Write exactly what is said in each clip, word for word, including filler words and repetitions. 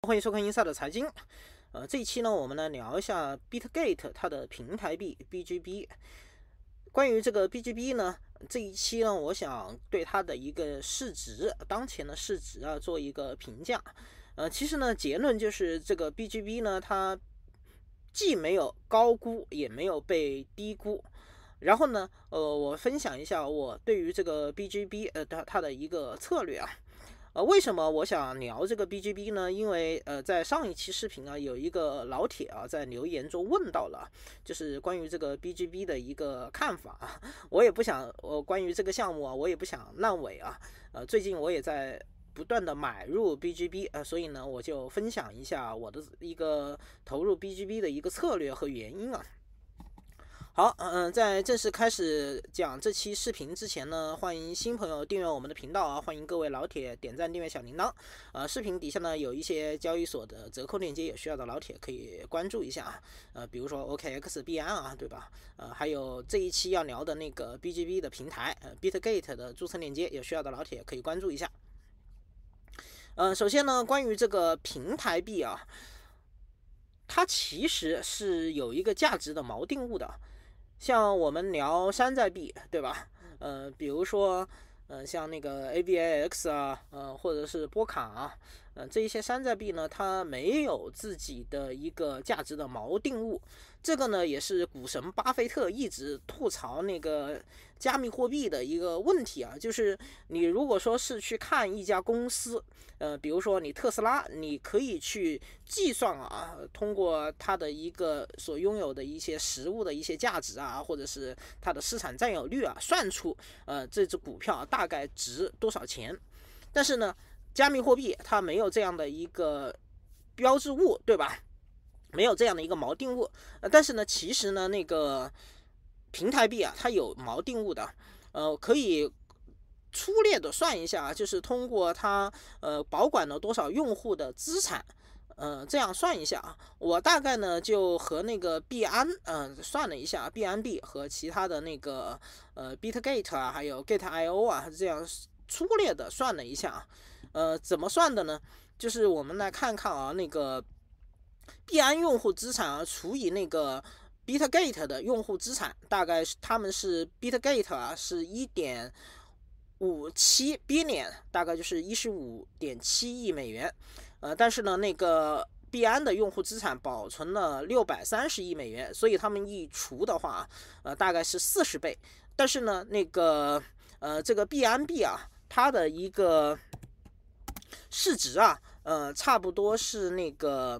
欢迎收看英萨的财经。呃，这一期呢，我们来聊一下 Bitgate 它的平台币 B G B。关于这个 B G B 呢，这一期呢，我想对它的一个市值，当前的市值啊，做一个评价。呃，其实呢，结论就是这个 B G B 呢，它既没有高估，也没有被低估。然后呢，呃，我分享一下我对于这个 B G B 呃它它的一个策略啊。呃，为什么我想聊这个 B G B 呢？因为呃，在上一期视频啊，有一个老铁啊在留言中问到了，就是关于这个 B G B 的一个看法啊。我也不想，我关于这个项目啊，我也不想烂尾啊。呃，最近我也在不断的买入 B G B，呃，所以呢，我就分享一下我的一个投入 B G B 的一个策略和原因啊。好，嗯、呃，在正式开始讲这期视频之前呢，欢迎新朋友订阅我们的频道啊，欢迎各位老铁点赞、订阅小铃铛。呃，视频底下呢有一些交易所的折扣链接，有需要的老铁可以关注一下啊。呃，比如说 O K X、币安啊，对吧？呃，还有这一期要聊的那个 B G B 的平台，呃，Bitgate 的注册链接，有需要的老铁可以关注一下。呃，首先呢，关于这个平台币啊，它其实是有一个价值的锚定物的。像我们聊山寨币，对吧？呃，比如说，呃，像那个 A V A X 啊，呃，或者是波卡啊，呃，这一些山寨币呢，它没有自己的一个价值的锚定物。这个呢，也是股神巴菲特一直吐槽那个加密货币的一个问题啊，就是你如果说是去看一家公司，呃，比如说你特斯拉，你可以去计算啊，通过它的一个所拥有的一些实物的一些价值啊，或者是它的市场占有率啊，算出呃这只股票大概值多少钱。但是呢，加密货币它没有这样的一个标志物，对吧？没有这样的一个锚定物。呃，但是呢，其实呢，那个平台币啊，它有锚定物的，呃，可以粗略的算一下，就是通过它呃保管了多少用户的资产，呃，这样算一下啊。我大概呢就和那个币安，呃，算了一下，币安币和其他的那个呃 Bitgate 啊，还有 Gate 点 I O 啊，这样粗略的算了一下，呃，怎么算的呢？就是我们来看看啊，那个币安用户资产啊除以那个 Bitgate 的用户资产，大概是他们是 Bitgate 啊是一点五七 billion，大概就是一十五点七亿美元。呃，但是呢，那个币安的用户资产保存了六百三十亿美元，所以他们一除的话，呃，大概是四十倍。但是呢，那个呃，这个币安币啊，它的一个市值啊，呃，差不多是那个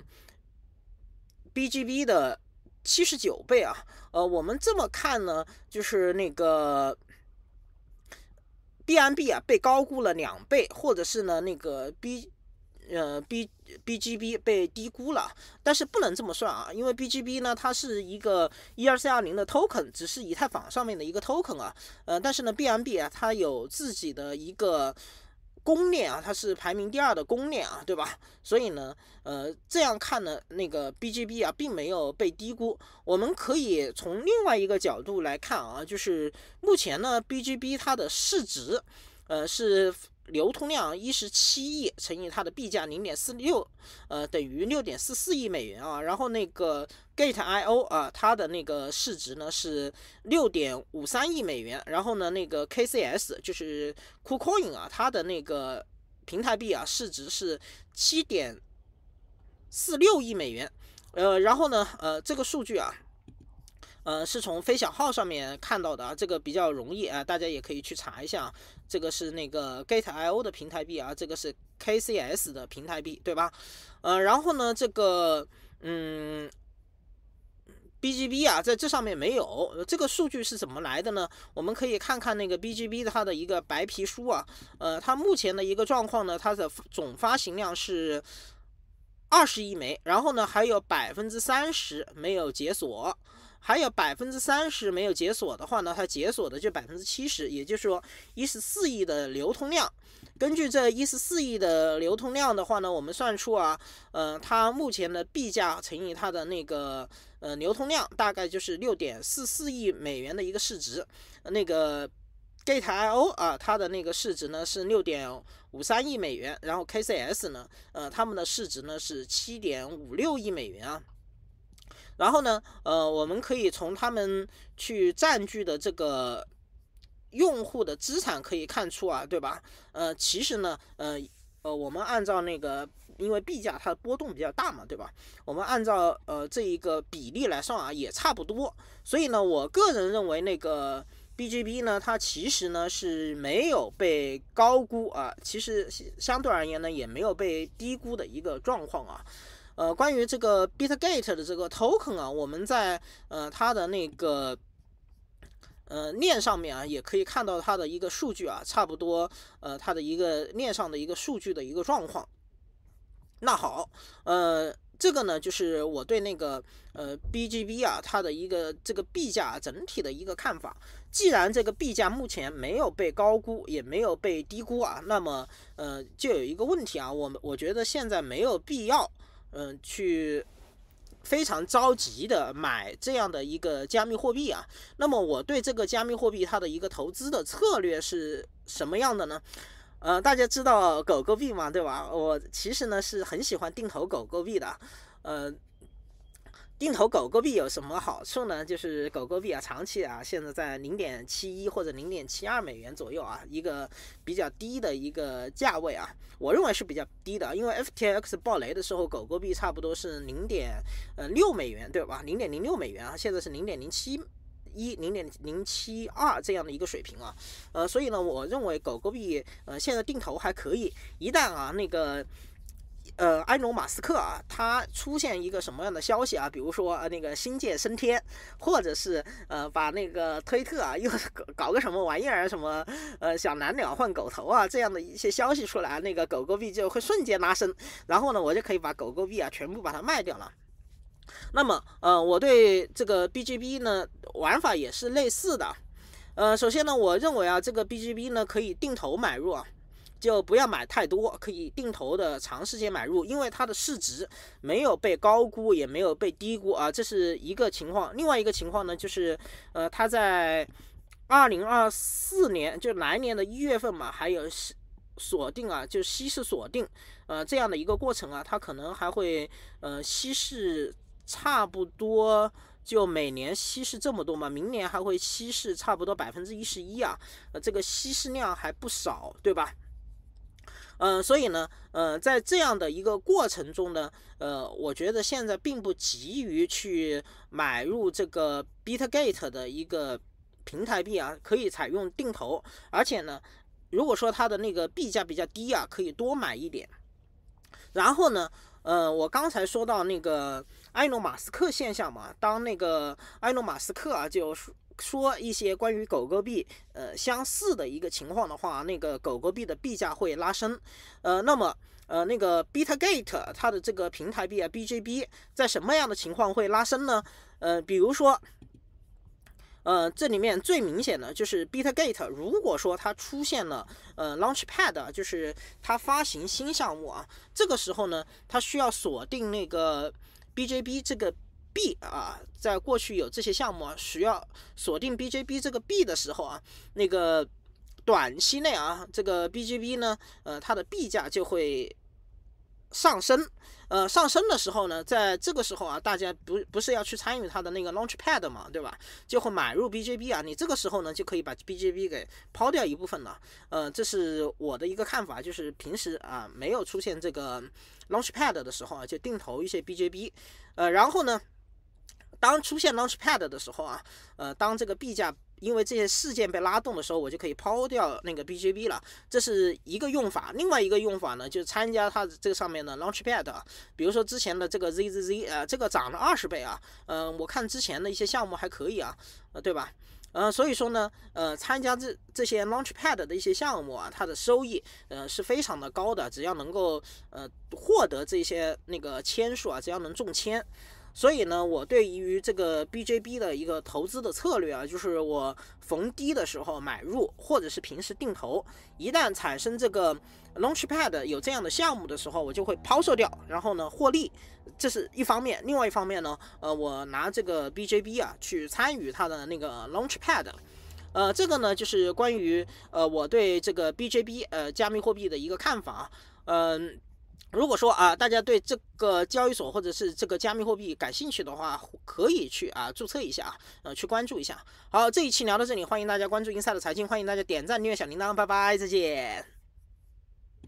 B G B 的七十九倍啊。呃，我们这么看呢，就是那个 B N B 啊被高估了两倍，或者是呢那个 B 呃 B BGB 被低估了。但是不能这么算啊，因为 B G B 呢它是一个一二四二零的 token， 只是以太坊上面的一个 token 啊。呃，但是呢 B N B 啊它有自己的一个公链啊，它是排名第二的公链啊，对吧？所以呢，呃，这样看呢，那个 B G B 啊，并没有被低估。我们可以从另外一个角度来看啊，就是目前呢 ，B G B 它的市值，呃，是流通量一十七亿乘以它的币价零点四六，呃，等于六点四四亿美元啊。然后那个 Gate 点 I O 啊，它的那个市值呢是六点五三亿美元。然后呢，那个 K C S 就是 KuCoin 啊，它的那个平台币啊，市值是七点四六亿美元。呃，然后呢，呃，这个数据啊。呃，是从飞小号上面看到的啊，这个比较容易啊，大家也可以去查一下。这个是那个 Gate 点 I O 的平台币啊，这个是 K C S 的平台币，对吧？呃，然后呢，这个嗯 B G B 啊，在这上面没有。这个数据是怎么来的呢？我们可以看看那个 B G B 它的一个白皮书啊，呃，它目前的一个状况呢，它的总发行量是二十亿枚，然后呢，还有百分之三十没有解锁。还有百分之三十没有解锁的话呢，它解锁的就百分之七十，也就是说一十四亿的流通量。根据这一十四亿的流通量的话呢，我们算出啊，呃，它目前的币价乘以它的那个呃流通量，大概就是六点四四亿美元的一个市值。那个 Gate 点 I O 啊，它的那个市值呢是六点五三亿美元，然后 K C S 呢，呃，他们的市值呢是七点五六亿美元啊。然后呢，呃，我们可以从他们去占据的这个用户的资产可以看出啊，对吧？呃，其实呢，呃呃，我们按照那个，因为币价它的波动比较大嘛，对吧？我们按照呃这一个比例来算啊，也差不多。所以呢，我个人认为那个 B G B 呢，它其实呢是没有被高估啊，其实相对而言呢也没有被低估的一个状况啊。呃，关于这个 Bitgate 的这个 token 啊，我们在呃它的那个呃链上面啊，也可以看到它的一个数据啊，差不多呃它的一个链上的一个数据的一个状况。那好，呃，这个呢就是我对那个呃 B G B 啊它的一个这个币价整体的一个看法。既然这个币价目前没有被高估，也没有被低估啊，那么呃就有一个问题啊，我们我觉得现在没有必要。嗯、呃，去非常着急的买这样的一个加密货币啊。那么我对这个加密货币它的一个投资的策略是什么样的呢？呃，大家知道狗狗币嘛，对吧？我其实呢是很喜欢定投狗狗币的，呃。定投狗狗币有什么好处呢？就是狗狗币啊，长期啊，现在在零点七一或者零点七二美元左右啊，一个比较低的一个价位啊，我认为是比较低的，因为 F T X 爆雷的时候，狗狗币差不多是零点呃六美元，对吧？零点零六美元啊，现在是零点零七一、零点零七二这样的一个水平啊，呃，所以呢，我认为狗狗币呃现在定投还可以，一旦啊那个。呃，埃隆·马斯克啊，他出现一个什么样的消息啊？比如说呃，那个星舰升天，或者是呃，把那个推特啊又搞搞个什么玩意儿，什么呃小蓝鸟换狗头啊这样的一些消息出来，那个狗狗币就会瞬间拉升，然后呢，我就可以把狗狗币啊全部把它卖掉了。那么呃，我对这个 B G B 呢玩法也是类似的。呃，首先呢，我认为啊，这个 B G B 呢可以定投买入啊。就不要买太多，可以定投的长时间买入，因为它的市值没有被高估，也没有被低估啊，这是一个情况。另外一个情况呢，就是呃，它在二零二四年，就来年的一月份嘛，还有锁定啊，就稀释锁定，呃，这样的一个过程啊，它可能还会呃稀释差不多。就每年稀释这么多嘛，明年还会稀释差不多百分之一十一啊，呃，这个稀释量还不少，对吧？嗯、呃，所以呢，呃，在这样的一个过程中呢，呃，我觉得现在并不急于去买入这个 Bitgate 的一个平台币啊，可以采用定投，而且呢，如果说它的那个币价比较低啊，可以多买一点。然后呢，呃，我刚才说到那个埃隆·马斯克现象嘛，当那个埃隆·马斯克啊，就说一些关于狗狗币呃相似的一个情况的话，那个狗狗币的币价会拉升。呃，那么呃那个 Bitgate 它的这个平台币啊 B G B 在什么样的情况会拉升呢？呃，比如说。呃，这里面最明显的就是 Bitgate， 如果说它出现了呃 Launchpad， 就是它发行新项目啊，这个时候呢，它需要锁定那个 B J B 这个币啊，在过去有这些项目啊，需要锁定 B J B 这个币的时候啊，那个短期内啊，这个 B J B 呢，呃，它的币价就会上升。呃，上升的时候呢，在这个时候啊，大家不不是要去参与它的那个 Launchpad 嘛，对吧？就会买入 B J B 啊，你这个时候呢，就可以把 B J B 给抛掉一部分了。呃，这是我的一个看法，就是平时啊没有出现这个 Launchpad 的时候啊，就定投一些 B J B。呃，然后呢，当出现 Launchpad 的时候啊，呃，当这个币价因为这些事件被拉动的时候，我就可以抛掉那个 B J B 了，这是一个用法。另外一个用法呢，就是参加它这个上面的 Launchpad， 比如说之前的这个 Z Z Z， 呃，这个涨了二十倍啊，嗯、呃，我看之前的一些项目还可以啊，呃，对吧？呃，所以说呢，呃，参加这这些 Launchpad 的一些项目啊，它的收益呃是非常的高的，只要能够呃获得这些那个签数啊，只要能中签。所以呢，我对于这个 B J B 的一个投资的策略啊，就是我逢低的时候买入，或者是平时定投。一旦产生这个 Launchpad 有这样的项目的时候，我就会抛售掉，然后呢获利，这是一方面。另外一方面呢，呃，我拿这个 B J B 啊去参与它的那个 Launchpad。 呃，这个呢就是关于呃我对这个 B J B 呃加密货币的一个看法。嗯、如果说啊，大家对这个交易所或者是这个加密货币感兴趣的话，可以去啊注册一下，呃，去关注一下。好，这一期聊到这里，欢迎大家关注英赛的财经，欢迎大家点赞、订阅小铃铛，拜拜，再见。